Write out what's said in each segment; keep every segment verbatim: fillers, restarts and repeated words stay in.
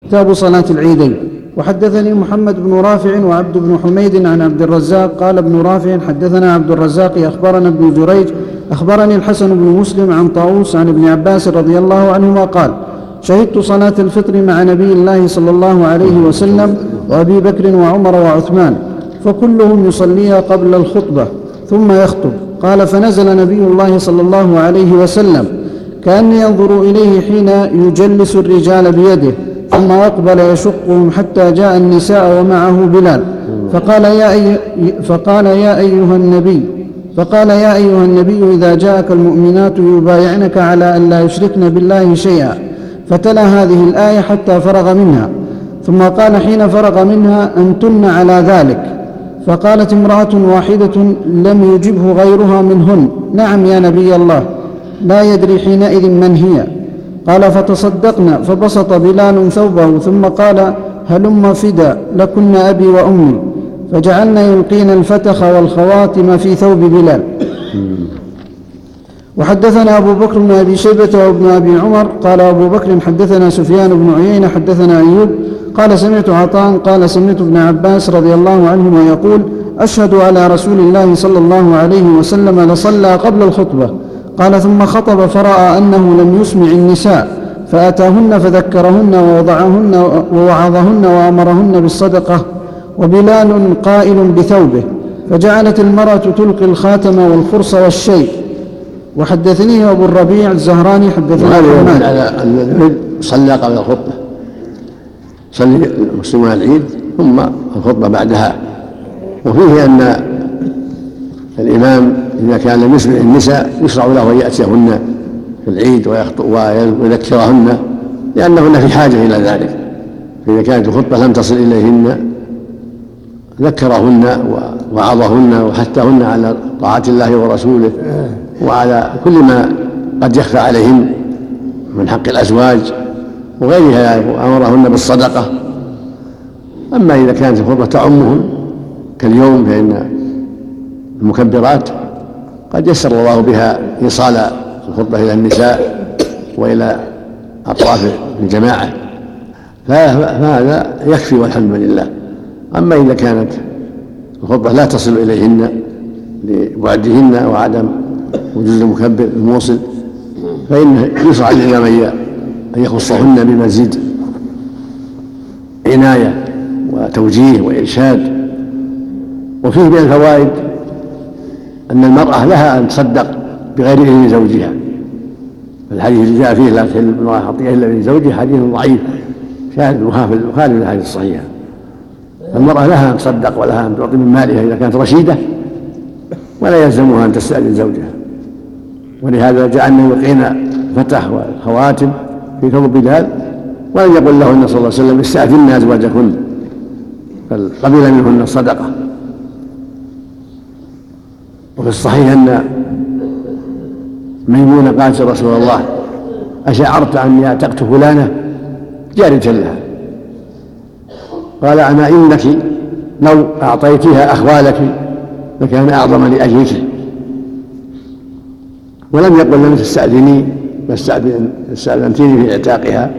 كتاب صلاة العيدين. وحدثني محمد بن رافع وعبد بن حميد عن عبد الرزاق قال ابن رافع حدثنا عبد الرزاق أخبرنا ابن جريج أخبرني الحسن بن مسلم عن طاووس عن ابن عباس رضي الله عنهما قال شهدت صلاة الفطر مع نبي الله صلى الله عليه وسلم وأبي بكر وعمر وعثمان فكلهم يصلي قبل الخطبة ثم يخطب. قال فنزل نبي الله صلى الله عليه وسلم كأني ينظر إليه حين يجلس الرجال بيده ثم أقبل يشقهم حتى جاء النساء ومعه بلال فقال يا, أي فقال يا أيها النبي فقال يا أيها النبي إذا جاءك المؤمنات يبايعنك على أن لا يشركن بالله شيئا فتلا هذه الآية حتى فرغ منها ثم قال حين فرغ منها أنتن على ذلك. فقالت امرأة واحدة لم يجبه غيرها منهن نعم يا نبي الله لا يدري حينئذ من هي. قال فتصدقنا فبسط بلال ثوبه ثم قال هلم فدا لكن أبي وأمي فجعلنا يلقين الفتخ والخواتم في ثوب بلال. وحدثنا أبو بكر بن أبي شيبة وابن أبي عمر قال أبو بكر حدثنا سفيان بن عيينة حدثنا أيوب قال سمعت عطاء قال سمعت ابن عباس رضي الله عنهما يقول أشهد على رسول الله صلى الله عليه وسلم لصلى قبل الخطبة. قال ثم خطب فرأى أنه لم يسمع النساء فأتاهن فذكرهن ووضعهن ووعظهن وأمرهن بالصدقة وبلال قائل بثوبه فجعلت المرأة تلقي الخاتم والخرص والشيء. وحدثني أبو الربيع الزهراني حدثنا على أن صلى قبل الخطبة صلي المسلمون العيد ثم الخطبة بعدها. وفيه أن الإمام إذا كان لم يسمع النساء يشرع له أن يأتيهن في العيد ويذكرهن لأنهن في حاجة إلى ذلك. فإذا كانت الخطبة لم تصل إليهن ذكرهن ووعظهن وحثهن على طاعة الله ورسوله وعلى كل ما قد يخفى عليهن من حق الأزواج وغيرها وأمرهن بالصدقة. أما إذا كانت الخطبة تعمهم كاليوم فإن المكبرات قد يسر الله بها إيصال الخطبة إلى النساء وإلى أطراف الجماعة فهذا يكفي والحمد لله. أما إذا كانت الخطبة لا تصل إليهن لبعدهن وعدم وجود المكبر الموصل فإن يشرع للإمام أن يخصهن بمزيد عناية وتوجيه وإرشاد. وفيه من الفوائد أن المرأة لها أن تصدق بغير إذن زوجها. الحديث اللي جاء فيه لا تحل المرأة خطيئة إلا بإذن زوجها حديث ضعيف شاهد مخالف للحديث الصحيح. المرأة لها أن تصدق ولها أن تعطي من مالها إذا كانت رشيدة ولا يلزمها أن تستأذن زوجها. ولهذا جعلنا يلقين فتح والخواتم في ثوب بلال ولم يقل لهن صلى الله عليه وسلم استأذن أزواجكن بل قبل منهن الصدقة. وفي الصحيح أن ميمونة قالت رسول الله أشعرت أني أعتقت فلانة جارية لها؟ قال أما إنك لو أعطيتها أخوالك لكان أعظم لأجلك. ولم يقل لم تستأذني استأذنتيني في اعتاقها.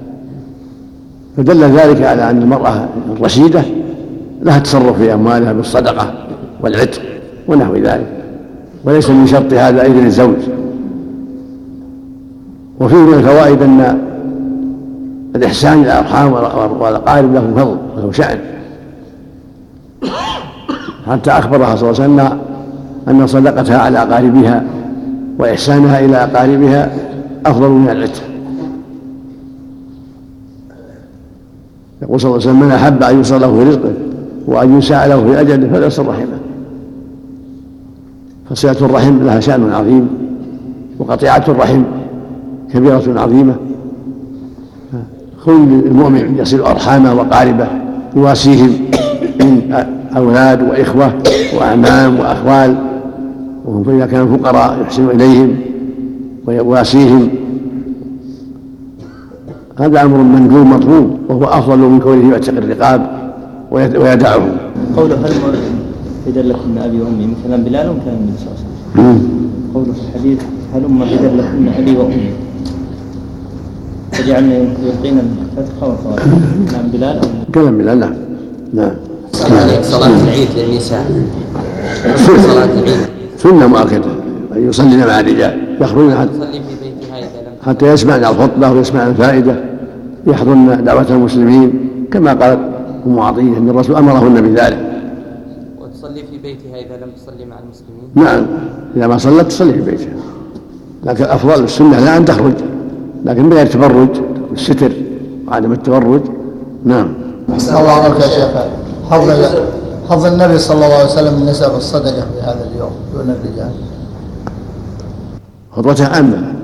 فدل ذلك على أن المرأة الرشيدة لها تصرف في أموالها بالصدقة والعتق ونحو ذلك وليس من شرط هذا إذن الزوج. وفيه من الفوائد أن الإحسان إلى الأرحام والأقارب له فضل وله شأن حتى أخبرها صلى الله عليه وسلم أن صدقتها على أقاربها وإحسانها إلى أقاربها أفضل من العتق. يقول صلى الله عليه وسلم من أحب أن يوصل له في رزقه وأن يساء له في أجله فليصل رحمه. فصلة الرحم لها شأن عظيم وقطيعة الرحم كبيرة عظيمة. كل المؤمن يصل أرحامه وقاربه يواسيهم من أولاد وإخوة وأعمام وأخوال وهم إذا كانوا فقراء يحسن إليهم ويواسيهم. هذا أمر مندوب مطلوب وهو أفضل من كونه يعتق الرقاب ويدعهم. قوله هل فدى لكن أبي وأمي مثلا بلال كان النبي صلى الله عليه وسلم. قوله في الحديث هلم فدى لكن أبي وأمي فجعلنا يلقين الفتح والخواتم. نعم بلال أو كلام بلال. نعم نعم. صلاة العيد للنساء صلاة العيد سنة مؤكدة أن يصلين مع الرجال، يخرجن حتى يسمعن الخطبة ويسمعن الفائدة، يحضرن دعوة المسلمين كما قال أم عطية أن الرسول أمرهن بذلك. وتصلي في بيتها إذا لم تصلي مع المسلمين؟ نعم، إذا ما صلت تصلي في بيتها، لكن الأفضل السنة لا أن تخرج، لكن بغير تبرج، الستر وعدم التبرج. نعم. أحسن الله عليك يا شيخ. حظ حظ النبي صلى الله عليه وسلم النساء بالصدقة في هذا اليوم دون الرجال. خطوتها عامة،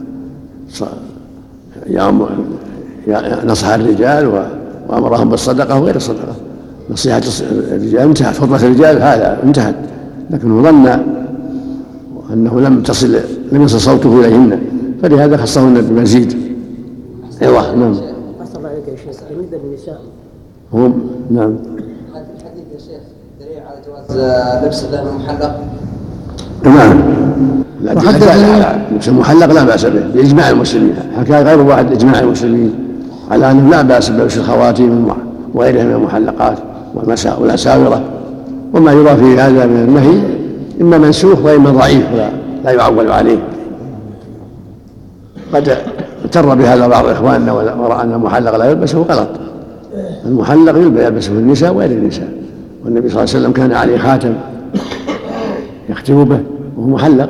نصح الرجال وأمرهم بالصدقة وغير الصدقة. نصيحة الرجال انتهت، خطبة الرجال هذا انتهت، لكنه ظن أنه لم تصل لم يصل صوته إليهن، فلهذا خصهن بمزيد. أيوة. نعم. أحسن الله عليك يا شيخ. بالنسبة للنساء هم نعم. الحديث يا شيخ دليل على جواز لبس اللحم المحلق. نعم. لبس المحلق لا بأس به بإجماع المسلمين، حكى غير واحد إجماع المسلمين على أنه لا بأس بلبس الخواتيم وغيرها من المحلقات والأساورة، وما يرى في هذا من النهي إما منسوخ وإما ضعيف لا, لا يعول عليه. قد اغتر بهذا بعض إخواننا ورأى أن المحلق لا يلبسه غلط. المحلق يلبسه النساء وغير النساء، والنبي صلى الله عليه وسلم كان عليه خاتم يختم به وهو محلق.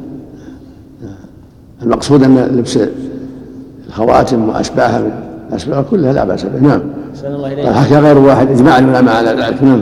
المقصود أن لبس الخواتم وأشباهها من الأسباب كلها لا بأس به. نعم. حكى غير واحد إجماع العلماء على ذلك. نعم.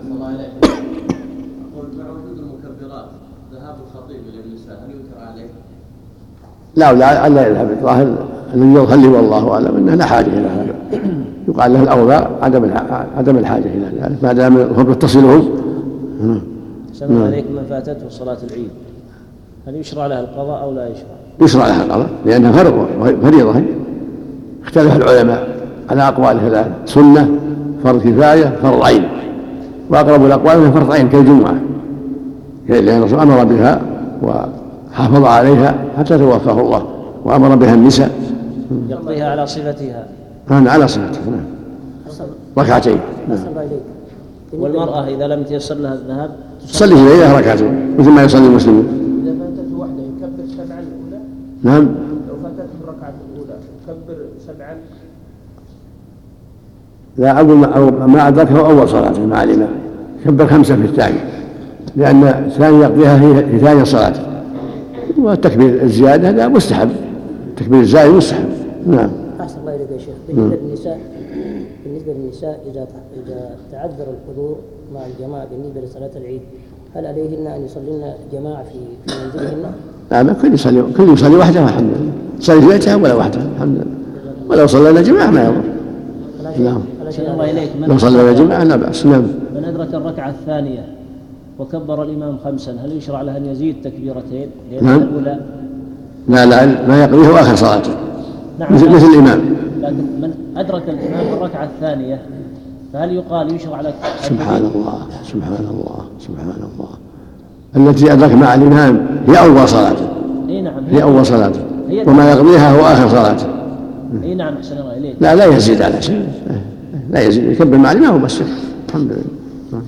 لا لا لا يذهب الظاهر الذي يظهر والله اعلم انه لا حاجه الى هذا، يقال له الاولى عدم عدم الحاجه الى ذلك ما دام الخطبه تصله. سلام عليكم. من فاتته صلاه العيد هل يشرع لها القضاء او لا يشرع؟ يشرع لها القضاء لانها فرض فريضه. اختلف العلماء على اقوال ثلاثه: سنه، فرض كفايه، فرض عين. واقرب الاقوال انها فرض عين كالجمعه، لان الرسول امر بها وحافظ عليها حتى توفاه الله، وامر بها النساء. يقضيها على صفتها. نعم على صفتها. نعم. ركعتين. نعم. والمرأة إذا لم تيسر لها الذهاب تصلي في ليلة ركعتين مثل ما يصلي المسلمون. إذا فاتته واحدة يكبر سبعا الأولى. نعم. لو فاتته الركعة الأولى يكبر سبعا. لا أقول ما, ما أدركه أول صلاة مع الإمام يكبر خمسة في الثاني، لأن الثاني يقضيها في ثاني الصلاة، والتكبير الزيادة هذا مستحب، التكبير الزائد مستحب. نعم. أحسن الله إليك يا شيخ. بالنسبة للنساء بالنسبة للنساء إذا إذا تعذر الحضور مع الجماعة بالنسبة لصلاة العيد، هل عليهن أن يصلين جماعة في في منزلهن؟ لا، ما كل يصلي كل يصلي وحده الحمد لله، يصلي في بيتها ولا وحده الحمد لله، ولو صلينا جماعة ما يضر. نعم. الله إليك. لو صلينا جماعة لا بأس. نعم. من أدرك الركعة الثانية وكبر الإمام خمسا هل يشرع له أن يزيد تكبيرتين؟ نعم. الأولى لا لا ما يقضيه آخر صلاته. نعم. مثل, مثل الإمام. لكن من أدرك الإمام الركعة الثانية فهل يقال يشرع لك؟ سبحان الله سبحان الله سبحان الله. التي أدرك مع الإمام هي أول صلاته. إيه نعم. هي أول صلاته، وما يقضيها هو آخر صلاته. إيه نعم. أحسن الله إليك. لا لا يزيد على شيء، لا يزيد، يكبر مع الإمام وبس. الحمد لله.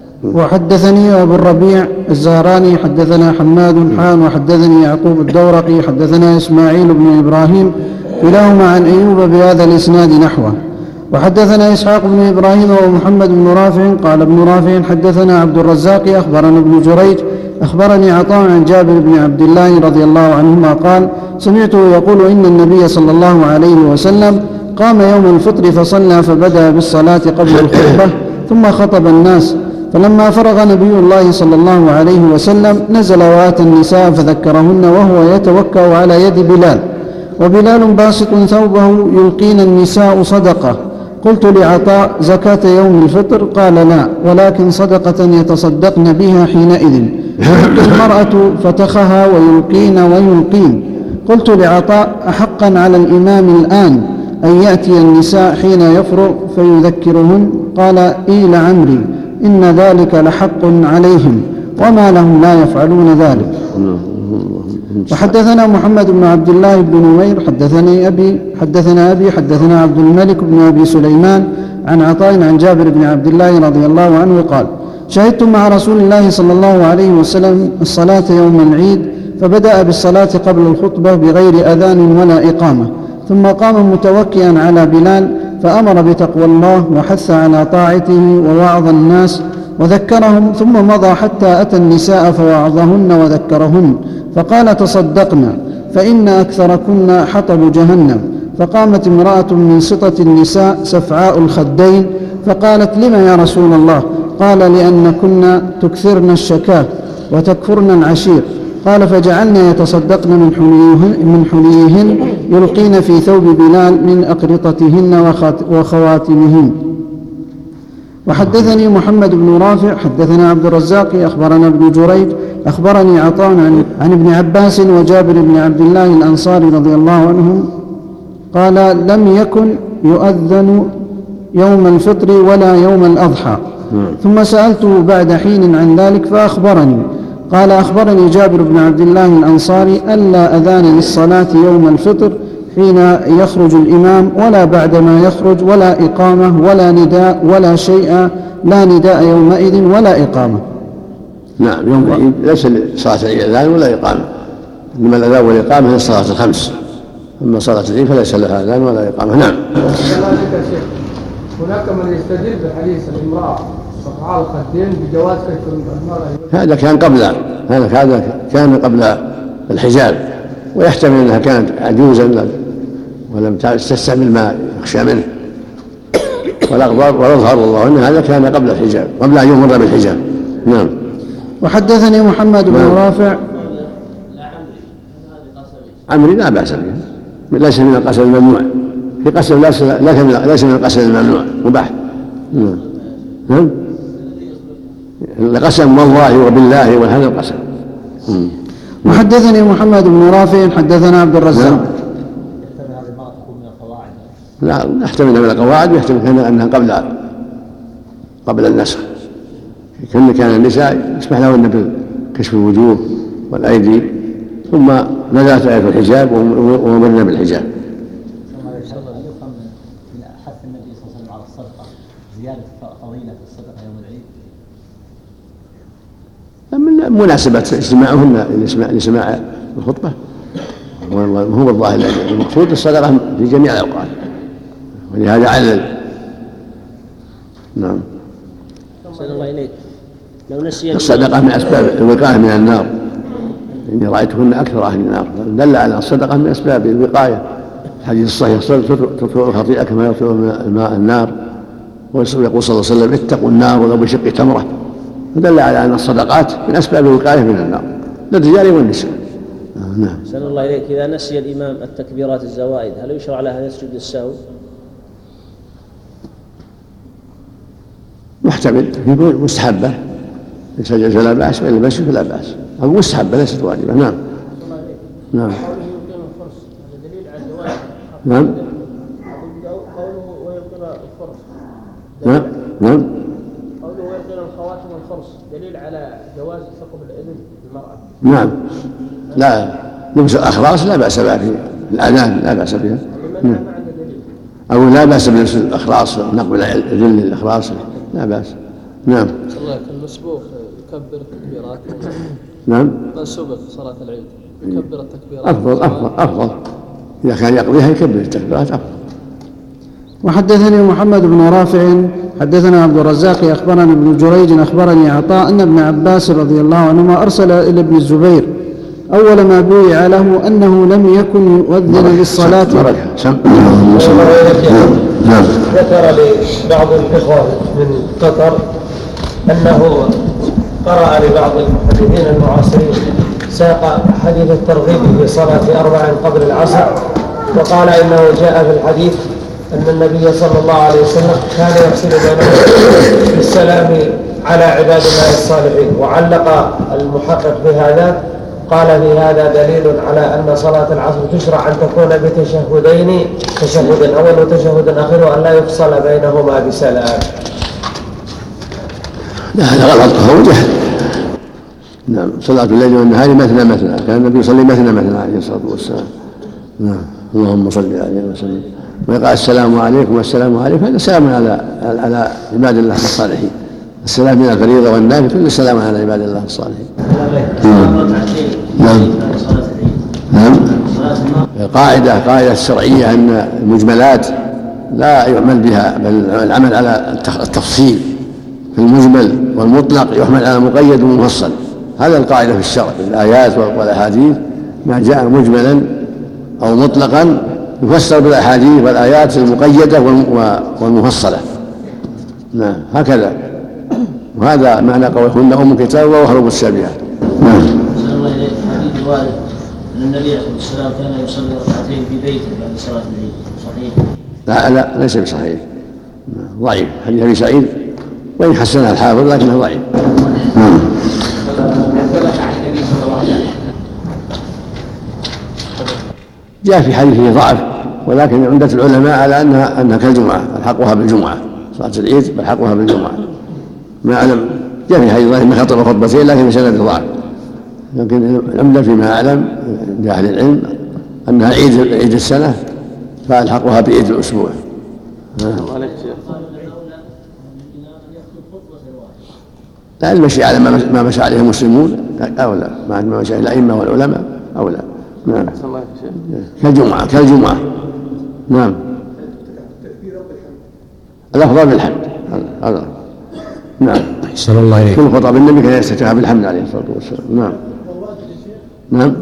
وحدثني أبو الربيع الزهراني حدثنا حماد حان وحدثني يعقوب الدورقي حدثنا إسماعيل بن إبراهيم كلاهما عن أيوب بهذا الإسناد نحوه. وحدثنا إسحاق بن إبراهيم ومحمد بن رافع قال ابن رافع حدثنا عبد الرزاق أخبرنا ابن جريج أخبرني عطاء عن جابر بن عبد الله رضي الله عنهما قال سمعته يقول إن النبي صلى الله عليه وسلم قام يوم الفطر فصلى فبدأ بالصلاة قبل الخطبة ثم خطب الناس، فلما فرغ نبي الله صلى الله عليه وسلم نزل واتى النساء فذكرهن وهو يتوكأ على يد بلال، وبلال باسط ثوبه يلقين النساء صدقة. قلت لعطاء زكاة يوم الفطر؟ قال لا، ولكن صدقة يتصدقن بها حينئذ. قلت المرأة فتخها ويلقين ويلقين. قلت لعطاء أحقا على الإمام الآن أن يأتي النساء حين يفرغ فيذكرهن؟ قال إي لعمري إن ذلك لحق عليهم وما لهم لا يفعلون ذلك. وحدثنا محمد بن عبد الله بن نمير حدثني أبي حدثنا أبي حدثنا عبد الملك بن أبي سليمان عن عطاء عن جابر بن عبد الله رضي الله عنه قال: شهدت مع رسول الله صلى الله عليه وسلم الصلاة يوم العيد، فبدأ بالصلاة قبل الخطبة بغير أذان ولا إقامة، ثم قام متوكئا على بلال فأمر بتقوى الله وحث على طاعته ووعظ الناس وذكرهم، ثم مضى حتى أتى النساء فوعظهن وذكرهن، فقال: تصدقنا فإن أكثركن حطب جهنم. فقامت امرأة من سطة النساء سفعاء الخدين فقالت: لم يا رسول الله؟ قال: لأنكن تكثرن الشكاة وتكفرن العشير. قال: فجعلن يتصدقن من حليهن, من حليهن يلقين في ثوب بلال من أقرطتهن وخواتمهن. وحدثني محمد بن رافع حدثنا عبد الرزاق أخبرنا ابن جريج أخبرني عطاء عن, عن ابن عباس وجابر بن عبد الله الأنصاري رضي الله عنهم قال: لم يكن يؤذن يوم الفطر ولا يوم الأضحى. ثم سألته بعد حين عن ذلك فأخبرني. قال: أخبرني جابر بن عبد الله الأنصاري ألا أذان للصلاة يوم الفطر حين يخرج الإمام ولا بعدما يخرج، ولا إقامة ولا نداء ولا شيء، لا نداء يومئذ ولا إقامة. نعم، يوم العيد ليس لصلاة العيد أذان ولا إقامة، إنما الأذان والإقامة هي الصلاة الخمس، أما صلاة العيد فليس لها أذان ولا إقامة. نعم. هناك من يستدل بحديث الامرأة صفعاء الخدين بجواز كشف المرأة. هذا كان قبل هذا هذا كان قبل الحجاب، ويحتمل أنها كانت عجوزا ولم تستعمل ما يخشى منه، والأظهر والله أن هذا كان قبل الحجاب، قبل أن يمر بالحجاب. نعم. وحدثني محمد بن رافع عمري لا بأس به، ليس من القسم الممنوع، في قسم ليس من القسم الممنوع، مباح. نعم. نعم. القسم والله وبالله وهذا القسم. وحدثني محمد بن رافع حدثنا عبد الرزاق. لا، نحتمل من القواعد ويحتمل أنها قبل قبل النسخ، كان كان النساء يسمح لهن بكشف الوجوه والأيدي، ثم نزلت آية الحجاب ومرنا بالحجاب. من مناسبة اجتماعهن لسماع الخطبة، هو الظاهر المقصود الصدقة في جميع الأوقات، ولهذا علل. نعم. صلى الله إليك. لو نسي الصدقة من أسباب الوقاية من النار، إني رأيتهن أكثر أهل النار، دل على الصدقة من أسباب الوقاية. الحديث الصحيح: تطفئ الخطيئة كما يطفئ الماء النار، ويقول صلى الله عليه وسلم: اتقوا النار ولو بشق تمرة. فدل على أن الصدقات من أسباب الوقاية من النار للرجال والنساء. نعم. صلى الله إليك. إذا نسي الإمام التكبيرات الزوائد هل يشرع له أن يسجد للسهو؟ محتمل، مستحبة، يسجد فلا بأس، وإن لم يسجد فلا بأس، أو مستحبة ليست واجبة. نعم. نعم. نعم. نعم. نعم. قوله ويلقين الخواتم والخرص دليل على جواز ثقب الإذن للمرأة. نعم. لا، لبس الأخراص لا بأس بها في الأذان، لا بأس بها. نعم. أو لا بأس بلبس الأخراص، نقبل الذل الأخراص لا بأس. نعم. صلى الله عليه وسلم المسبوق يكبر تكبيرات. نعم. من سبق صلاة العيد يكبر التكبيرات. أفضل أفضل أفضل إذا كان يقضيها يكبر التكبيرات أفضل. وحدثني محمد بن رافع حدثنا عبد الرزاق أخبرنا ابن جريج أخبرني عطاء أن ابن عباس رضي الله عنهما أرسل إلى ابن الزبير أول ما بويع له أنه لم يكن يؤذن للصلاة. نعم. ذكر لبعض الإخوة من قطر أنه قرأ لبعض المحدثين المعاصرين ساق حديث الترغيب في صلاة أربع قبل العصر، وقال إنه جاء في الحديث أن النبي صلى الله عليه وسلم كان يفصل بينهم بالسلام على عباد الله الصالحين، وعلق المحقق بهذا قال في هذا دليل على أن صلاة العصر تشرع أن تكون بتشهدين، تشهد أول وتشهد آخر، وأن لا يفصل بينهما بسلام. لا، هذا غلط، هو جهل نعم. صلاة الليل والنهار مثنى مثنى، كان النبي يصلي مثنى مثنى عليه الصلاة والسلام. نعم. اللهم صل عليه وسلم. ويقع السلام عليكم والسلام عليكم، هذا سلام على على عباد الله الصالحين. السلام من الفريضة والنافلة، كل السلام على عباد الله الصالحين. نعم. نعم. قاعدة قاعدة الشرعية أن المجملات لا يعمل بها، بل العمل على التفصيل في المجمل، والمطلق يحمل على المقيد والمفصل. هذا القاعدة في الشرع، في الآيات والأحاديث، ما جاء مجملا أو مطلقا يفسر بالأحاديث والآيات المقيدة والمفصلة. نعم هكذا. وهذا معنى قولهن أم الكتاب وأهرب السابعات. نعم. صلى الله عليه حديث وارد أن النبي عليه الصلاة والسلام كان يصلي ركعتين في بيته بعد صلاة العيد، صحيح؟ لا لا ليس بصحيح، ضعيف. حديث أبي سعيد وإن حسنها الحافظ لكنه ضعيف. نعم. جاء في حديثه ضعف، ولكن عمدة العلماء على أنها أنها كالجمعة، الحقها بالجمعة، صلاة العيد بالحقها بالجمعة. ما أعلم، جاء في حديث ضعيف ما خطب خطبتين لكن في سند ضعف، لكن العمدة فيما أعلم عند أهل العلم أنها عيد عيد السنة فالحقها بعيد الأسبوع. لا المشي على ما مشى عليه المسلمون أولى، ما مشى الأئمة والعلماء أولى. نعم. كالجمعة كالجمعة. نعم. الأفضل بالحمد. هذا. نعم. صلى الله عليه. كل خطاب النبي كان يستفتح بالحمد عليه الصلاة والسلام. نعم. نعم.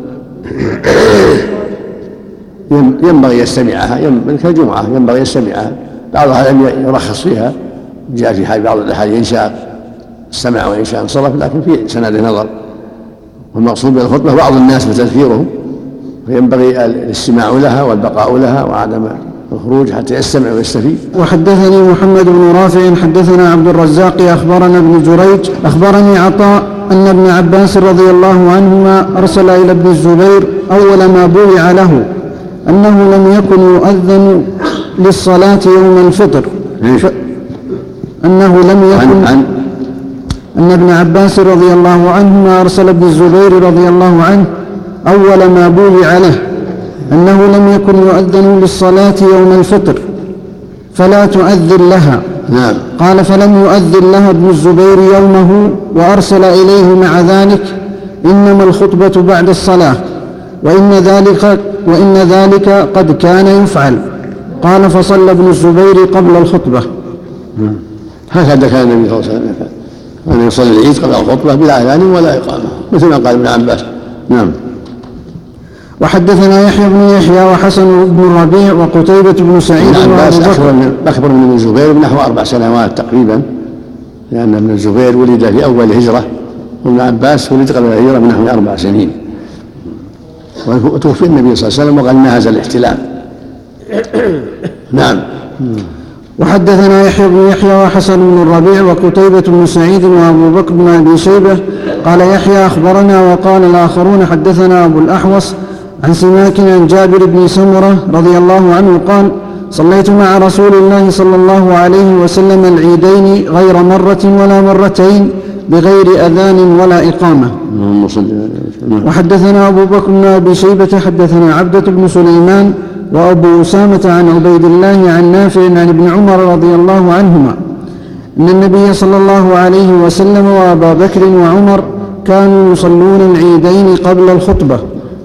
ينبغي يستمعها، كالجمعة ينبغي يستمعها. بعضها لم يرخص فيها، جاء في بعض الأحاديث إن شاء استمع وإن شاء انصرف، لكن في سند نظر. والمقصود بالخطبة بعض الناس وتذكيرهم، فينبغي الاستماع لها والبقاء لها وعدم الخروج حتى يستمع ويستفيد. وحدثني محمد بن رافع حدثنا عبد الرزاق أخبرنا ابن جريج أخبرني عطاء أن ابن عباس رضي الله عنهما أرسل إلى ابن الزبير أول ما بويع له أنه لم يكن يؤذن للصلاة يوم الفطر، أنه لم يكن عن أن ابن عباس رضي الله عنهما أرسل ابن الزبير رضي الله عنه أول ما بويع له أنه لم يكن يؤذن للصلاة يوم الفطر فلا تؤذن لها. نعم. قال فلم يؤذن لها ابن الزبير يومه، وأرسل إليه مع ذلك إنما الخطبة بعد الصلاة، وإن ذلك, وإن ذلك قد كان يفعل. قال فصلى ابن الزبير قبل الخطبة. هكذا كان النبي صلى الله عليه وسلم أن يصلي العيد قبل الخطبة بلا أذان ولا إقامة، مثل ما قال ابن عباس. نعم. وحدثنا يحيى بن يحيى وحسن بن الربيع وقتيبة بن سعيد. ابن عباس أخبر من ابن الزبير بنحو أربع سنوات تقريبا، لأن ابن الزبير ولد في أول الهجرة، وابن عباس ولد قبل الهجرة بنحو أربع سنين، وتوفي النبي صلى الله عليه وسلم وقد نهز الاحتلال. نعم. وحدثنا يحيى بن يحيى وحسن بن الربيع وقتيبة بن سعيد وأبو بكر بن أبي شيبة. قال يحيى أخبرنا، وقال الآخرون حدثنا أبو الأحوص عن سماك عن جابر بن سمرة رضي الله عنه قال صليت مع رسول الله صلى الله عليه وسلم العيدين غير مرة ولا مرتين بغير أذان ولا إقامة. وحدثنا أبو بكر بن أبي شيبة حدثنا عبدة بن سليمان وأبو أسامة عن عبيد الله عن نافع عن ابن عمر رضي الله عنهما أن النبي صلى الله عليه وسلم وأبا بكر وعمر كانوا يصلون العيدين قبل الخطبة.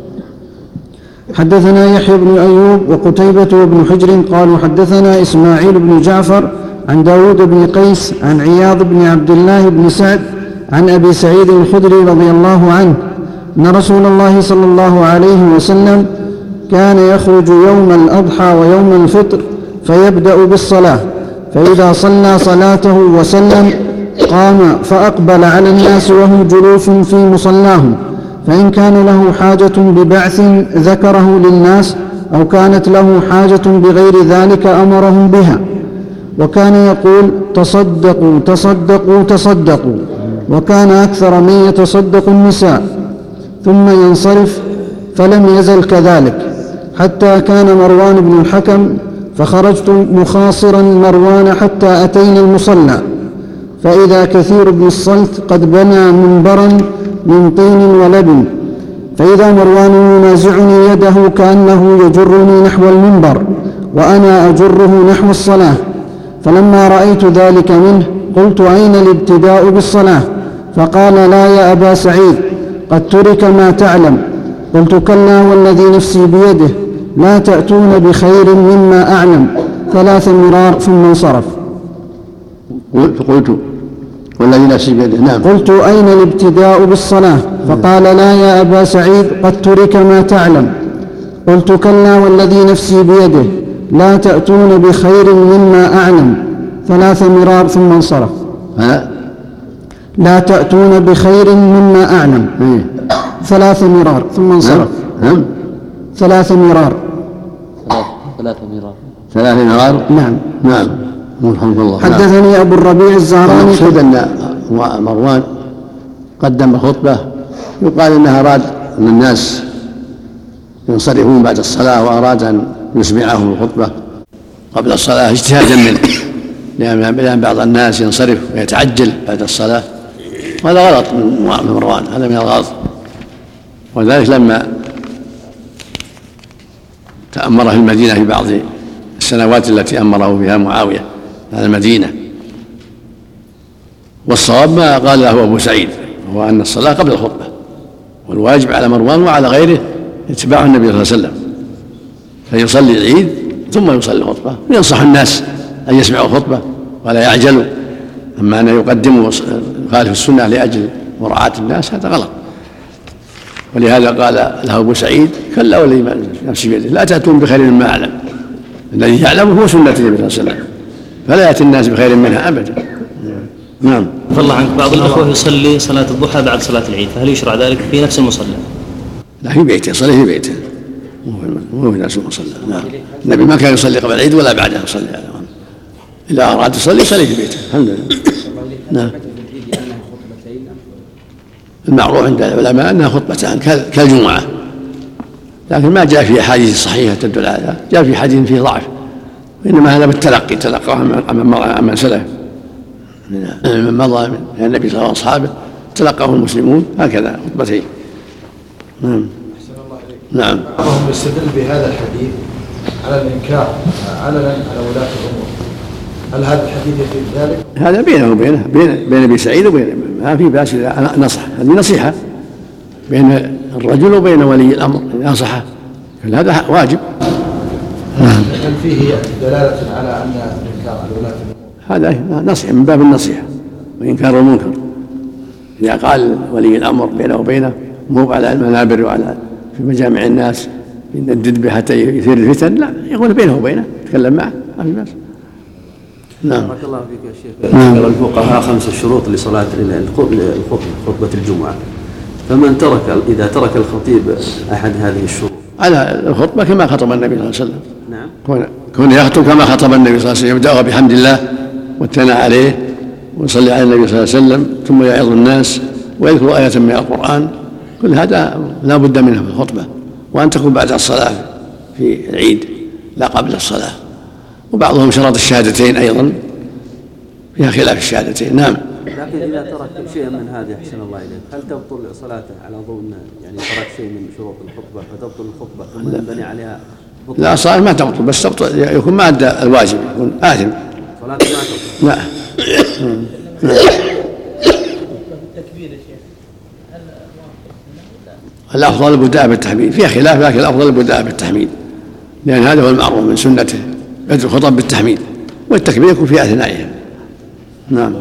حدثنا يحيى بن أيوب وقتيبة وابن حجر قالوا حدثنا إسماعيل بن جعفر عن داود بن قيس عن عياض بن عبد الله بن سعد عن أبي سعيد الخدري رضي الله عنه أن رسول الله صلى الله عليه وسلم كان يخرج يوم الأضحى ويوم الفطر فيبدأ بالصلاة، فإذا صلى صلاته وسلم قام فأقبل على الناس وهم جلوس في مصلاهم، فإن كان له حاجة ببعث ذكره للناس أو كانت له حاجة بغير ذلك أمرهم بها، وكان يقول تصدقوا تصدقوا تصدقوا، وكان أكثر من يتصدق النساء، ثم ينصرف، فلم يزل كذلك حتى كان مروان بن الحكم، فخرجت مخاصرا مروان حتى أتينا المصلى، فإذا كثير بن الصلت قد بنى منبرا من طين ولبن، فإذا مروان ينازعني يده كأنه يجرني نحو المنبر وأنا أجره نحو الصلاة. فلما رأيت ذلك منه قلت: أين الابتداء بالصلاة؟ فقال: لا يا أبا سعيد، قد ترك ما تعلم. قلت: كلا والذي نفسي بيده، لا تأتون بخير مما أعلم. ثلاث مرار ثم انصرف. قلت: والذي نفسي بيده. نعم. قلت: أين الابتداء بالصلاة؟ فقال: لا يا أبا سعيد، قد ترك ما تعلم. قلت: كلا والذي نفسي بيده، لا تأتون بخير مما أعلم. ثلاث مرار ثم انصرف. ها؟ لا تأتون بخير مما أعلم. ثلاث مرار ثم انصرف. نعم. ثلاث مرار. ثلاث مرار. ثلاث مرار. نعم. نعم. الحمد لله. حدثني أبو الربيع الزهراني. المقصود أن مروان قدم خطبة يقال أنها أراد أن الناس ينصرفون بعد الصلاة، وأراد أن يسمعهم الخطبة قبل الصلاة اجتهادا منه، لأن بعض الناس ينصرف ويتعجل بعد الصلاة، وهذا غلط من مروان، هذا من الغلط. وذلك لما تأمر في المدينة في بعض السنوات التي أمره فيها معاوية على المدينة، والصواب ما قال له أبو سعيد، وهو أن الصلاة قبل الخطبة، والواجب على مروان وعلى غيره اتباع النبي صلى الله عليه وسلم، فيصلي العيد ثم يصلي الخطبة، وينصح الناس أن يسمعوا الخطبة ولا يعجلوا. أما أن يقدموا يخالف السنة لأجل مراعاة الناس هذا غلط. ولهذا قال له أبو سعيد: كلا والذي نفسي بيده، لا تأتون بخير مما أعلم. الذي يعلمه هو سنة النبي صلى الله عليه وسلم، فلا يأتي الناس بخير منها أبدا. نعم. فالله عنك، بعض الأخوة يصلي صلاة الضحى بعد صلاة العيد، فهل يشرع ذلك في نفس المصلى؟ لا، في بيته، يصلي في بيته، مو في نفس المصلى. نعم. النبي ما كان يصلي قبل العيد ولا بعده يصلي على الأمر. إذا أراد يصلي يصلي في بيته. الحمد لله. نعم. المعروف عند العلماء أنها خطبتان كالجمعة، لكن ما جاء في أحاديث صحيحة تدل على هذا، جاء في حديث فيه ضعف، وإنما هذا بالتلقي، تلقاه عمن سلف من مضى من النبي صلى الله عليه وسلم وأصحابه، تلقاه المسلمون هكذا خطبتين. نعم. نعم. بعضهم يستدل بهذا الحديث على الإنكار علنا على ولاة الأمور، هل هذا الحديث يفيد ذلك؟ هذا بينه وبينه، بين بين ابي سعيد وبين، ما في باس اذا نصح، هذه نصيحه بين الرجل وبين ولي الامر، ينصحه، هذا واجب. هل فيه دلاله على ان الانكار على ولاة الامور؟ هذا نصيحه من باب النصيحه وانكار المنكر. اذا قال ولي الامر بينه وبينه مو على المنابر وعلى في مجامع الناس يندد به حتى يثير الفتن، لا، يقول بينه وبينه، يتكلم معه، ما في باس. نعم. بارك الله فيك يا شيخ. نعم. ذكر الفقهاء خمس شروط لصلاة خطبة الجمعة، فمن ترك إذا ترك الخطيب أحد هذه الشروط على الخطبة كما خطب النبي صلى الله عليه وسلم. نعم. كون كون يخطب كما خطب النبي صلى الله عليه وسلم، يبدأ بحمد الله والثناء عليه ويصلي على النبي صلى الله عليه وسلم، ثم يعظ الناس ويذكر آية من القرآن، كل هذا لا بد منه في الخطبة، وأن تكون بعد الصلاة في العيد لا قبل الصلاة. وبعضهم شرط الشهادتين أيضا، فيها خلاف الشهادتين. نعم. لكن إذا ترك شيئا من هذه أحسن الله إليك، هل تبطل صلاته على ضوء يعني ترك شيء من شروط الخطبة فتبطل الخطبة ثم ينبني عليها بطل؟ لا، صلاة ما تبطل، بس تبطل يكون ما أدى الواجب، يكون آثم. صلاة ما تبطل. لا. الأفضل البداء بالتحميد، فيها خلاف، لكن الأفضل البداء بالتحميد، لأن هذا هو المعروف من سنته، بدء الخطب بالتحميد، والتكبير يكون في أثنائها. نعم.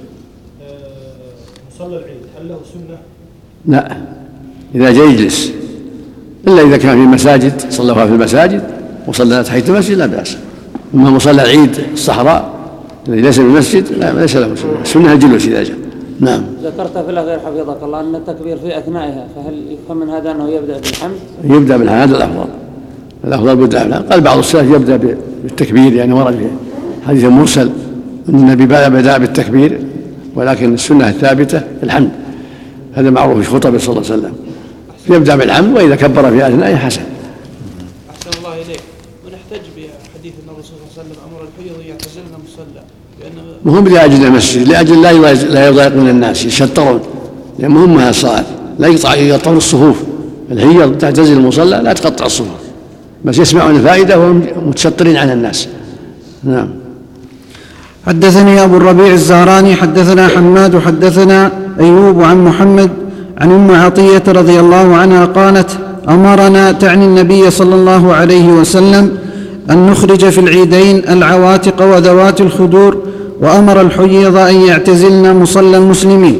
مصلى العيد هل له سنة؟ لا، إذا جاء يجلس، إلا إذا كان في المساجد صلوها في المساجد وصلى تحية المسجد لا بأس. أما مصلى العيد الصحراء الذي ليس بالمسجد لا ليس له سنة، السنة الجلوس إذا جاء. نعم. ذكرت في الأخير حفظك الله أن التكبير في أثنائها، فهل يفهم من هذا أنه يبدأ بالحمد؟ يبدأ بالحمد، هذا الأفضل، الأفضل بدأ بالحمد. قال بعض السلف يبدأ بالتكبير، يعني ورد في حديث مرسل أن النبي بدأ بالتكبير، ولكن السنة الثابتة الحمد، هذا معروف في خطبه صلى الله عليه وسلم، يبدأ بالحمد، وإذا كبر في أثنائه حسن. أحسن الله إليك. ونحتج بحديث النبي صلى الله عليه وسلم أمر الحيض يعتزلن مصلى، مهم لأجل المسجد، لأجل لا يضايقون الناس، يشطرون، لأن مهمها الصلاة، لا يقطع يقطعون الصفوف. الهي تعتزل المصلى لا تقطع الصفوف، بس يسمعون الفائدة وهم متشطرين عن الناس. نعم. حدثني أبو الربيع الزهراني حدثنا حماد حدثنا أيوب عن محمد عن أم عطية رضي الله عنها قالت: أمرنا تعني النبي صلى الله عليه وسلم أن نخرج في العيدين العواتق وذوات الخدور، وأمر الحيض أن يعتزلن مصلى المسلمين.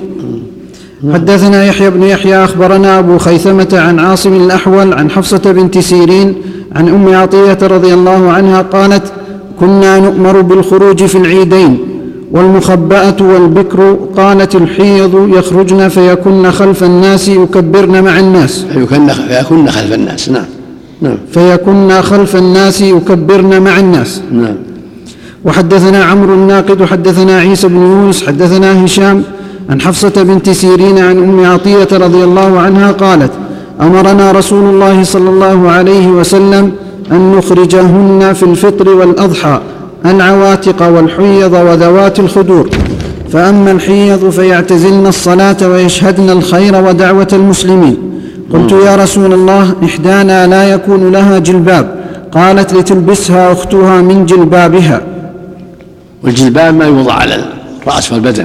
حدثنا يحيى بن يحيى أخبرنا أبو خيثمة عن عاصم الأحول عن حفصة بنت سيرين عن أم عطية رضي الله عنها قالت: كنا نؤمر بالخروج في العيدين، والمخبأة والبكر قالت الحيض يخرجن فيكن خلف الناس يكبرن مع الناس فيكن فيكن خلف الناس نعم نعم فيكن خلف الناس يكبرن مع الناس. نعم. وحدثنا عمرو الناقد حدثنا عيسى بن يونس حدثنا هشام عن حفصة بنت سيرين عن أم عطية رضي الله عنها قالت: أمرنا رسول الله صلى الله عليه وسلم أن نخرجهن في الفطر والأضحى العواتق والحيض وذوات الخدور، فأما الحيض فيعتزلن الصلاة ويشهدن الخير ودعوة المسلمين. قلت: يا رسول الله، إحدانا لا يكون لها جلباب. قالت: لتلبسها أختها من جلبابها. والجلباب ما يوضع على الرأس والبدن،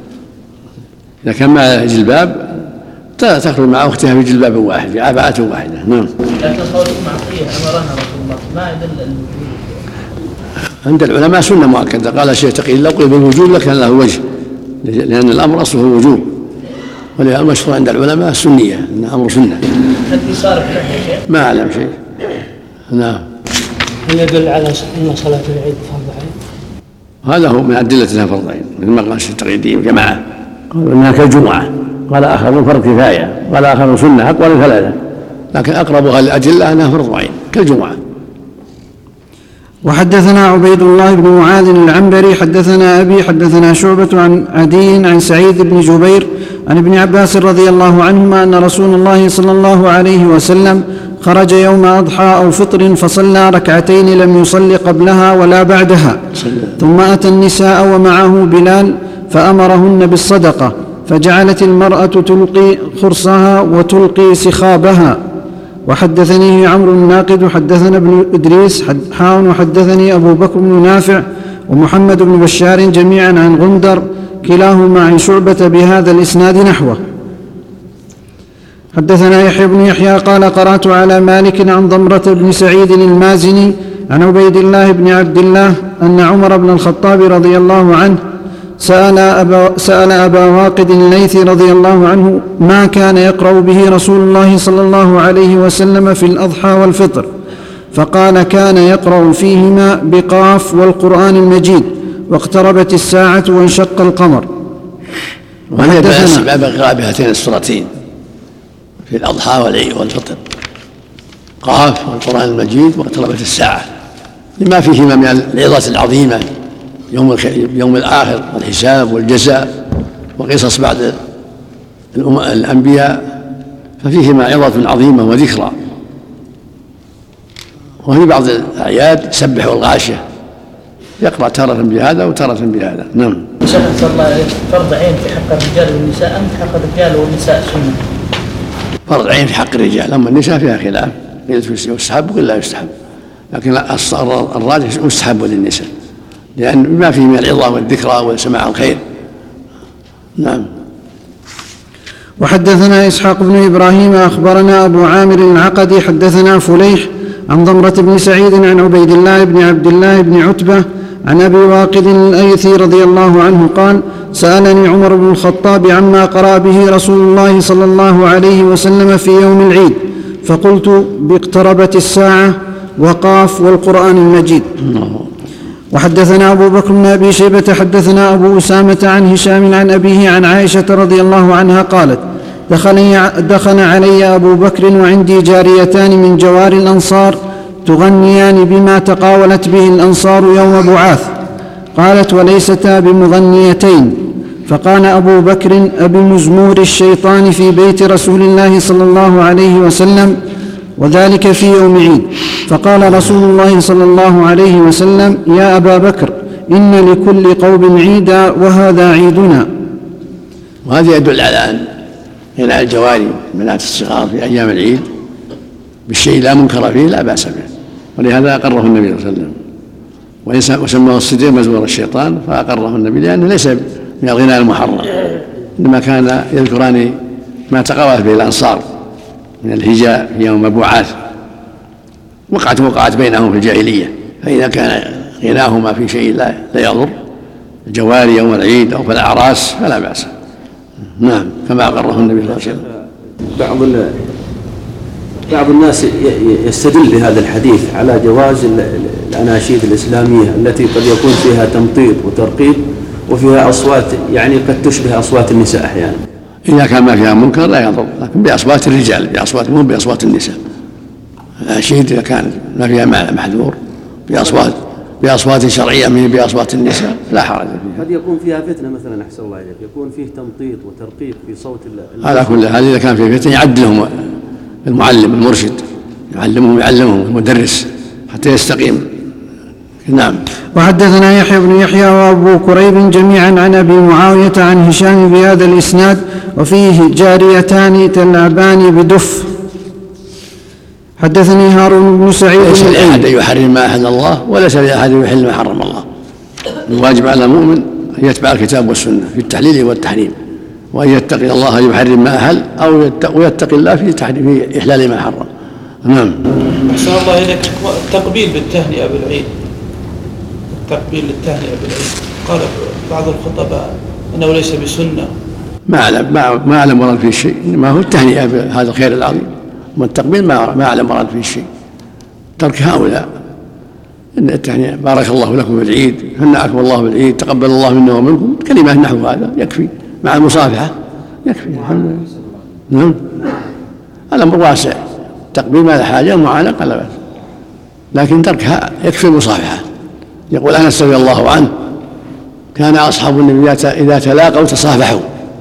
إذا كان معها جلباب تخرج مع أختها بجلباب واحد بعباءة واحدة. نعم. لكن قول معطية أمرنا رسول الله ما يدل عند العلماء سنة مؤكدة. قال الشيخ تقي لو قيل بالوجوب لكان له وجه، لأن الأمر أصله الوجوب، ولهذا المشهور عند العلماء السنية أن أمر سنة. هل في صارف له يا شيخ؟ ما أعلم شيء. نعم. هل يدل على أن صلاة العيد فرض عين؟ هذا هو من أدلة أنها فرض عين، مثل ما قال الشيخ التقي جماعة قالوا إنها كالجمعة، قال آخر فرض كفاية، قال آخر سنة، أقوال ثلاثة، لكن أقربها الأدلة أنها فرض عين كالجمعة. وحدثنا عبيد الله بن معاذ العنبري حدثنا أبي حدثنا شعبة عن عدي عن سعيد بن جبير عن ابن عباس رضي الله عنهما أن رسول الله صلى الله عليه وسلم خرج يوم أضحى أو فطر فصلى ركعتين لم يصل قبلها ولا بعدها، ثم أتى النساء ومعه بلال فأمرهن بالصدقة، فجعلت المرأة تلقي خرصها وتلقي سخابها. وحدثني عمرو الناقد حدثنا ابن إدريس حاون وحدثني أبو بكر بن نافع ومحمد بن بشار جميعا عن غندر كلاهما عن شعبة بهذا الإسناد نحوه. حدثنا يحيى بن يحيى قال: قرأت على مالك عن ضمرة بن سعيد المازني عن عبيد الله بن عبد الله أن عمر بن الخطاب رضي الله عنه سأل أبا, سأل أبا واقد الليثي رضي الله عنه ما كان يقرأ به رسول الله صلى الله عليه وسلم في الأضحى والفطر، فقال: كان يقرأ فيهما بقاف والقرآن المجيد واقتربت الساعة وانشق القمر. وهذا بأس بقراءة بهاتين السورتين في الأضحى والفطر، قاف والقرآن المجيد واقتربت الساعة، لما فيهما من العظات العظيمة، يوم يوم الآخر والحساب والجزاء وقصص بعد الأنبياء، ففيهما عظة عظيمة وذكرى. وفي بعض الأعياد سبح والغاشية يقرأ تارة بهذا وتارة بهذا. نعم. شيخ صلى الله عليه فرض عين في حق الرجال والنساء أم في حق الرجال والنساء سنة؟ فرض عين في حق الرجال، أما النساء فيها خلاف، يستحب ولا لا يستحب، لكن الراجح يستحب للنساء لأن ما فيه من العظة والذكرى وسماع الخير. نعم. وحدثنا إسحاق بن إبراهيم أخبرنا أبو عامر العقدي حدثنا فليح عن ضمرة بن سعيد عن عبيد الله بن عبد الله بن عتبة عن أبي واقد الليثي رضي الله عنه قال: سألني عمر بن الخطاب عما قرأ به رسول الله صلى الله عليه وسلم في يوم العيد، فقلت: باقتربت الساعة وقاف والقرآن المجيد. وحدثنا أبو بكر بن أبي شيبة حدثنا أبو أسامة عن هشام عن أبيه عن عائشة رضي الله عنها قالت: دخل علي أبو بكر وعندي جاريتان من جوار الأنصار تغنيان بما تقاولت به الأنصار يوم بعاث. قالت: وليستا بمغنيتين. فقال أبو بكر: أبمزمور الشيطان في بيت رسول الله صلى الله عليه وسلم، وذلك في يوم عيد. فقال رسول الله صلى الله عليه وسلم: يا أبا بكر، إن لكل قوم عيدا وهذا عيدنا. وهذا يدل على أن غناء الجواري بنات الصغار في أيام العيد بالشيء لا منكر فيه لا بأس به، ولهذا أقره النبي صلى الله عليه وسلم وسماه الصديق مزور الشيطان، فأقره النبي لأنه ليس من الغناء المحرم، إنما كان يذكران ما تقوت به الأنصار من الهجاء في يوم المبوعات، وقعت وقعت بينهم في الجاهلية، فإذا كان غناهما في شيء لا يضر الجواري يوم العيد أو في الأعراس فلا بأس. نعم كما أقره النبي صلى الله عليه وسلم. بعض بعض الناس يستدل بهذا الحديث على جواز الأناشيد الإسلامية التي قد يكون فيها تمطيط وترقيق وفيها أصوات يعني قد تشبه أصوات النساء أحيانا. إذا كان ما فيها منكر لا يضر، لكن بأصوات الرجال بأصوات مو بأصوات النساء. الأناشيد إذا كان ما فيها محذور بأصوات بأصوات شرعية من بأصوات النساء لا حرج فيها. قد يكون فيها فتنة مثلا، أحسن الله إليك، يكون فيه تمطيط وترقيق في صوت هذا كله. هذا إذا كان فيه فتنة يعدلهم المعلم المرشد، يعلمهم يعلمهم المدرس حتى يستقيم. نعم. وحدثنا يحيى بن يحيى وأبو كريب جميعا عن أبي معاوية عن هشام بهذا الإسناد وفيه جاريتان تلعبان بدف. حدثني هارون بن سعيد. ليس لأحد يحرم ما أحل الله وليس لأحد يحل ما حرم الله. الواجب على المؤمن أن يتبع الكتاب والسنة في التحليل والتحريم، وأن يتقي الله يحرم ما أحل أو يتقي الله في تحريم في إحلال ما حرم. نعم. أحسن الله إليك. التقبيل بالتهنئة بالعيد، التقبيل للتهنئة بالعيد قال بعض الخطباء أنه ليس بسنة. ما أعلم ما أعلم ورد فيه شيء، إنما هو التهنئة بهذا الخير العظيم، والتقبيل ما ما أعلم ورد فيه شيء. ترك هؤلاء إن التهنئة بارك الله لكم بالعيد، هنأكم الله بالعيد، تقبل الله منا ومنكم، كلمة نحو هذا يكفي مع المصافحة يكفي. الحمد لله. نعم. الأمر واسع، التقبيل ما له حاجة، المعانقة لا بأس، لكن تركها يكفي المصافحة. يقول أنس رضي الله عنه كان أصحاب النبي إذا تلاقوا تصافحوا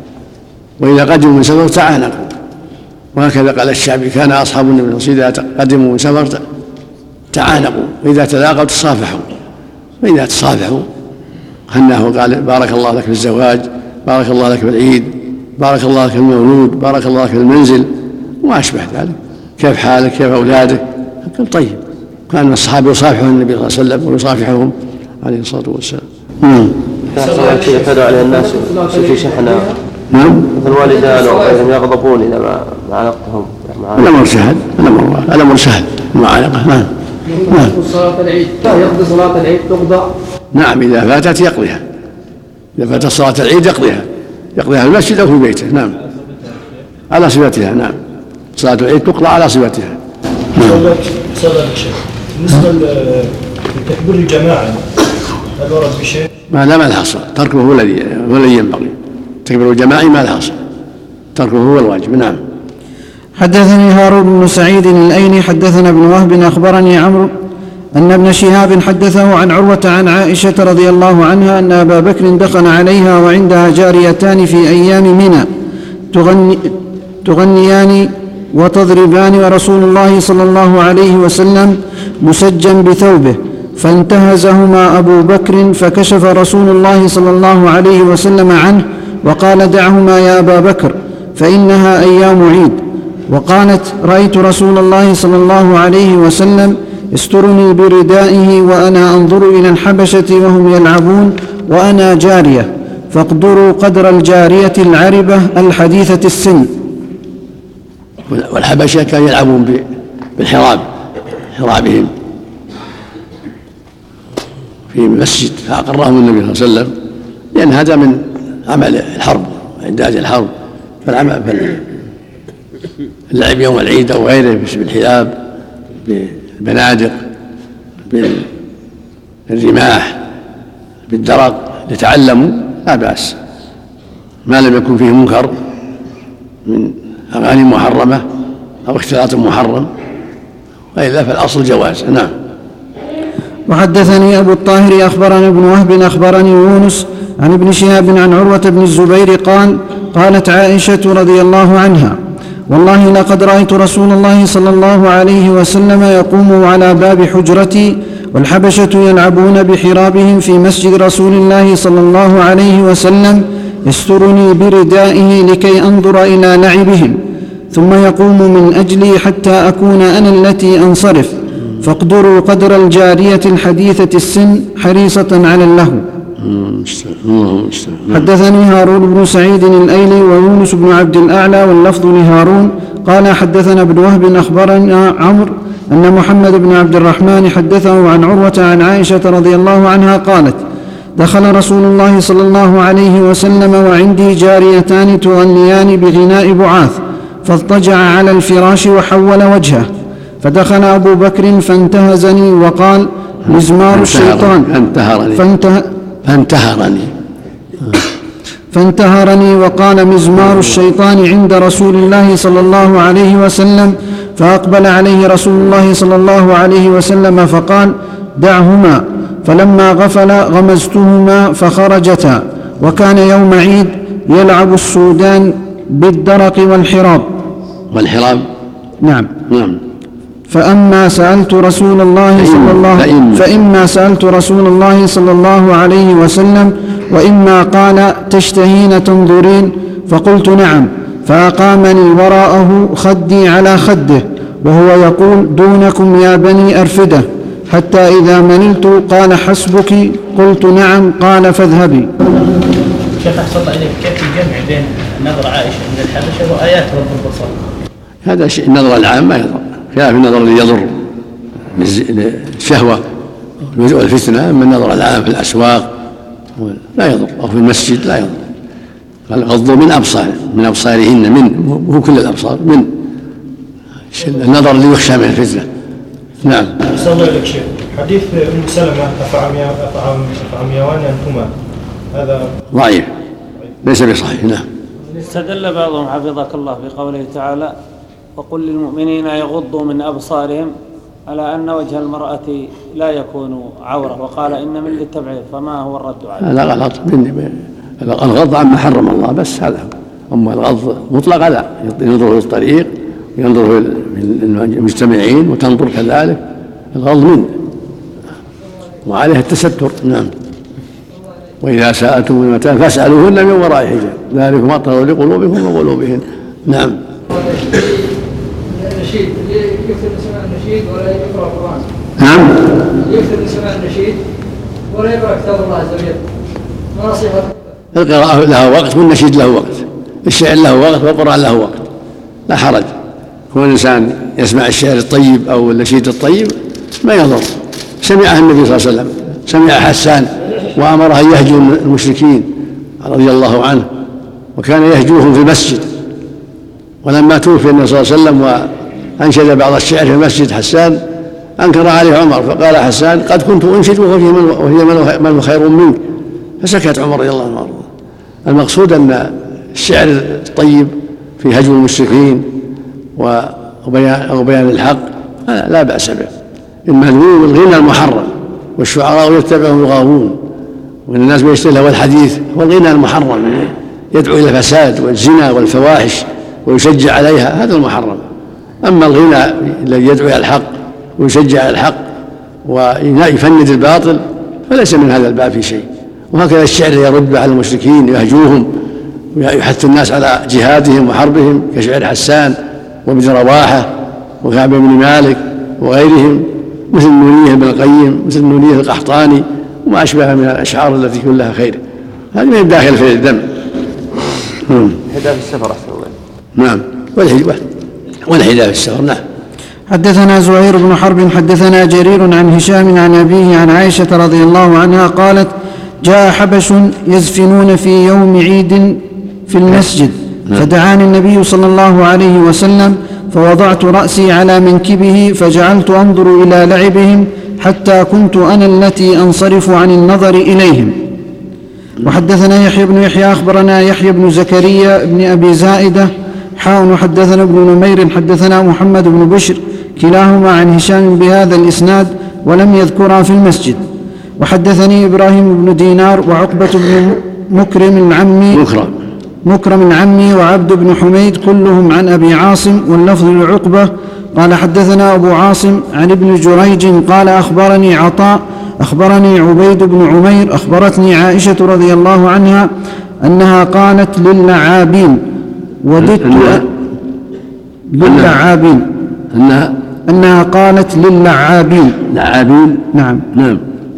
وإذا قدموا من سفر تعانقوا، وهكذا قال الشعبي كان أصحاب النبي إذا قدموا من سفر تعانقوا وإذا تلاقوا تصافحوا، وإذا تصافحوا هناه قال بارك الله لك في الزواج، بارك الله لك في العيد، بارك الله لك في المولود، بارك الله لك في المنزل وما أشبه ذلك، كيف حالك كيف أولادك. قال طيب. كان الصحابة يصافحون النبي صلى الله عليه وسلم ويصافحهم عليه الصلاة والسلام. نعم. كان صلاة يحتاج عليه الناس في شحنة. نعم. الوالدان وغيرهم يغضبون إذا ما عانقتهم. الأمر سهل، الأمر الأمر سهل المعانقة. نعم. نعم. صلاة العيد يقضي صلاة العيد تقضى. نعم إذا فاتت يقضيها، إذا فاتت صلاة العيد يقضيها، يقضيها في المسجد أو في بيته. نعم. على صفتها. نعم. صلاة العيد تقضى على صفتها. نعم. بالنسبة لتكبير الجماعة هل ورد بشيء؟ ما لا ما له أصل، تركه هو الذي هو الذي ينبغي. تكبير الجماعي ما له أصل، تركه هو الواجب. نعم. حدثني هارون بن سعيد الأيلي حدثنا ابن وهب أخبرني عمرو أن ابن شهاب حدثه عن عروة عن عائشة رضي الله عنها أن أبا بكر دخل عليها وعندها جاريتان في أيام منى تغني تغنيان وتضربان ورسول الله صلى الله عليه وسلم مسجا بثوبه، فانتهزهما أبو بكر فكشف رسول الله صلى الله عليه وسلم عنه وقال دعهما يا أبا بكر فإنها أيام عيد. وقالت رأيت رسول الله صلى الله عليه وسلم يسترني بردائه وأنا أنظر إلى الحبشة وهم يلعبون وأنا جارية، فاقدروا قدر الجارية العربة الحديثة السن. والحبشة كانوا يلعبون بالحراب، حرابهم في مسجد، فأقرهم النبي صلى الله عليه وسلم، لأن هذا من عمل الحرب وإعداد الحرب، فالعمل اللعب يوم العيد أو غيره بالحلاب بالبنادق بالرماح بالدرق لتعلموا لا بأس، ما لم يكن فيه منكر من أغاني محرمة أو اختلاط محرم، وإلا فالأصل جواز. نعم. وحدثني أبو الطاهر أخبرنا ابن وهب أخبرني يونس عن ابن شهاب عن عروة بن الزبير قال قالت عائشة رضي الله عنها والله لقد رأيت رسول الله صلى الله عليه وسلم يقوم على باب حجرتي والحبشة يلعبون بحرابهم في مسجد رسول الله صلى الله عليه وسلم يسترني بردائه لكي أنظر إلى لعبهم، ثم يقوم من أجلي حتى أكون أنا التي أنصرف، فاقدروا قدر الجارية الحديثة السن حريصة على اللهو. حدثني هارون بن سعيد الأيلي ويونس بن عبد الأعلى واللفظ لهارون قال حدثنا ابن وهب أخبرنا عمرو أن محمد بن عبد الرحمن حدثه عن عروة عن عائشة رضي الله عنها قالت دخل رسول الله صلى الله عليه وسلم وعندي جاريتان تغنيان بغناء بعاث، فاضطجع على الفراش وحول وجهه، فدخل أبو بكر فانتهزني وقال مزمار الشيطان فانتهرني فانته فانتهرني فانتهرني وقال مزمار الشيطان عند رسول الله صلى الله عليه وسلم، فأقبل عليه رسول الله صلى الله عليه وسلم فقال دعهما، فلما غفل غمزتهما فخرجتا، وكان يوم عيد يلعب السودان بالدرق والحراب. والحراب نعم نعم. فأما سألت رسول الله صلى الله فإن فإما سألت رسول الله صلى الله عليه وسلم وإما قال تشتهين تنظرين، فقلت نعم، فأقامني وراءه خدي على خده وهو يقول دونكم يا بني أرفدة، حتى إذا مللت قال حسبك، قلت نعم، قال فاذهبي. شيخ أحسن الله إليك، كيف الجمع بين نظر عائشة من الحبشة وآيات رب البصر؟ هذا شيء النظر العام ما يضر، خلاف النظر الذي يضر الشهوة والفتنة، أما النظر العام في الأسواق لا يضر، أو في المسجد لا يضر. الغض من أبصار من أبصارهن، من هو كل الأبصار، من النظر اللي يخشى من الفتنة. نعم. أحسن الله إليك شيخ، حديث أم سلمة أفعميوان أنتما هذا ضعيف ليس بصحيح. نعم. استدل بعضهم حفظك الله بقوله تعالى وقل للمؤمنين يغضوا من أبصارهم على أن وجه المرأة لا يكون عورة، وقال إن من للتبعيض، فما هو الرد عليه؟ هذا غلط، الغض عما حرم الله بس، هذا أما الغض مطلقا لا، ينظر في الطريق ينظر في المجتمعين وتنظر كذلك، الغض منه وعليه التستر. نعم. وإذا سألتم من متاع فاسألوهن من وراء حجاب ذلكم أطهر لقلوبكم وقلوبهن. نعم. النشيد يكثر سماع النشيد ولا يقرأ القرآن. نعم. يكثر سماع النشيد ولا يقرأ كتاب الله عز وجل، ما نصيحة؟ القراءة لها وقت والنشيد له وقت، الشعر له وقت والقرآن له وقت، لا حرج. كون الإنسان يسمع الشعر الطيب أو النشيد الطيب ما يضر. سمعها النبي صلى الله عليه وسلم، سمع حسان وأمره أن يهجو المشركين رضي الله عنه، وكان يهجوهم في المسجد. ولما توفي النبي صلى الله عليه وسلم وأنشد بعض الشعر في المسجد حسان أنكر عليه عمر، فقال حسان قد كنت أنشد وهي من خير منك، فسكت عمر رضي الله عنه. المقصود أن الشعر الطيب في هجو المشركين وبيان الحق لا بأس به، المذموم الغنى المحرم، والشعراء يتبعهم الغاوون، وإن الناس بيشتهي له الحديث هو الغنى المحرم، يدعو إلى الفساد والزنا والفواحش ويشجع عليها، هذا المحرم. أما الغنى الذي يدعو إلى الحق ويشجع على الحق ويفند الباطل فليس من هذا الباب في شيء. وهكذا الشعر يرد على المشركين يهجوهم ويحث الناس على جهادهم وحربهم، كشعر حسان وابن رواحة وكعب بن مالك وغيرهم، مثل نونية بن القيم، مثل نونية القحطاني وما أشبه من الأشعار التي كلها خير. هذه من الداخل في الدم. حداء في السفر أحسن الله. نعم. والحداء في السفر. نعم. حدثنا زهير بن حرب حدثنا جرير عن هشام عن أبيه عن عائشة رضي الله عنها قالت جاء حبش يزفنون في يوم عيد في المسجد، فدعاني النبي صلى الله عليه وسلم فوضعت رأسي على منكبه فجعلت أنظر إلى لعبهم حتى كنت أنا التي أنصرف عن النظر إليهم. وحدثنا يحيى بن يحيى أخبرنا يحيى بن زكريا بن أبي زائدة حاء وحدثنا ابن نمير حدثنا محمد بن بشر كلاهما عن هشام بهذا الإسناد ولم يذكرا في المسجد. وحدثني إبراهيم بن دينار وعقبة بن مكرم العمي مكرم مكرم العمي وعبد بن حميد كلهم عن أبي عاصم، واللفظ لعقبة قال حدثنا أبو عاصم عن ابن جريج قال أخبرني عطاء أخبرني عبيد بن عمير أخبرتني عائشة رضي الله عنها أنها قالت للعابين وددت للعابين أنها أنها قالت للعابين لعابين نعم نعم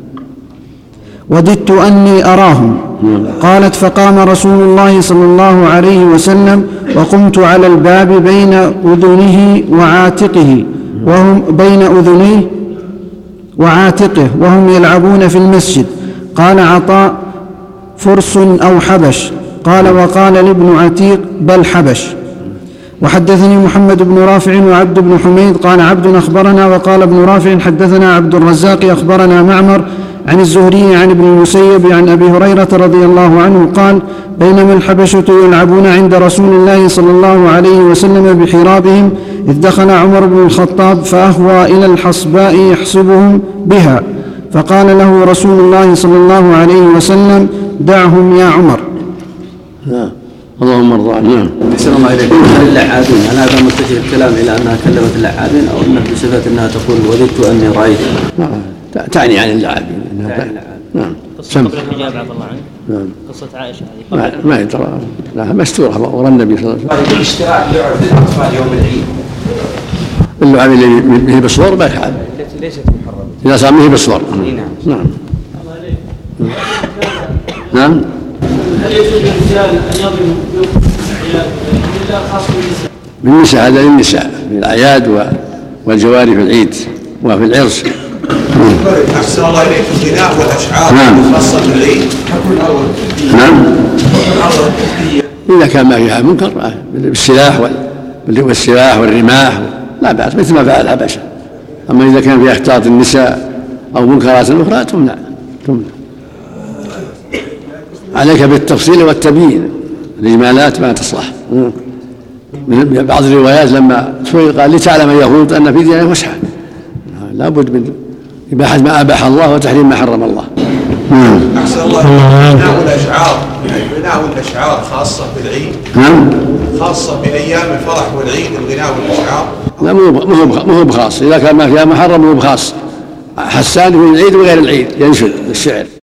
وددت أني أراهم. قالت فقام رسول الله صلى الله عليه وسلم وقمت على الباب بين أذنه وعاتقه وهم بين أذنيه وعاتقه وهم يلعبون في المسجد. قال عطاء فرس أو حبش. قال وقال لابن عتيق بل حبش. وحدثني محمد بن رافع وعبد بن حميد قال عبد أخبرنا وقال ابن رافع حدثنا عبد الرزاق أخبرنا معمر عن الزهري عن ابن المسيب عن أبي هريرة رضي الله عنه قال بينما الحبشة يلعبون عند رسول الله صلى الله عليه وسلم بحرابهم إذ دخل عمر بن الخطاب فأهوى إلى الحصباء يحسبهم بها فقال له رسول الله صلى الله عليه وسلم دعهم يا عمر. نعم اللهم ارضى عنهم. أحسن الله إليكم. هل اللعابين هل هذا متجه الكلام إلى أنها كلمت اللعابين أو أنها بصفة أنها تقول وددت أني رأيت؟ نعم تعني عن اللعابين. نعم. قصة قبل الحجاب عفى الله عنك. نعم. قصة عائشة هذه. ما ما يدرى. لا مستورة ورا النبي صلى الله عليه وسلم. الاشتراك لعب للأطفال يوم العيد. اللعب اللي به بالصور ما يفعل. التي ليست محرمة. إذا صار به بالصور. نعم. نعم. نعم. هل يجوز للرجال ان يضربوا الا خاص بالنساء؟ بالنساء هذا للنساء في الاعياد والجواري في العيد وفي العرس. احسن الله اليك الغناء والاشعار خاصه بالعيد. نعم. اذا كان ما فيها منكر بالسلاح والسلاح والرماح لا باس مثل ما فعل الحبشه. اما اذا كان فيها اختلاط النساء او منكرات اخرى تمنع تمنع. عليك بالتفصيل والتبيين الإجمالات ما تصلح. من بعض الروايات لما سئل قال لتعلم يهود أن في ديننا فسحة لا بد من إباحة ما أباح الله وتحريم ما حرم الله. أحسن الله غناء والأشعار غناء والأشعار خاصة بالعيد. نعم. خاصة بأيام الفرح والعيد الغناء والأشعار. لا مو هو بخاص إذا كان ما فيها محرم مو بخاص حسان في العيد وغير العيد ينشد الشعر.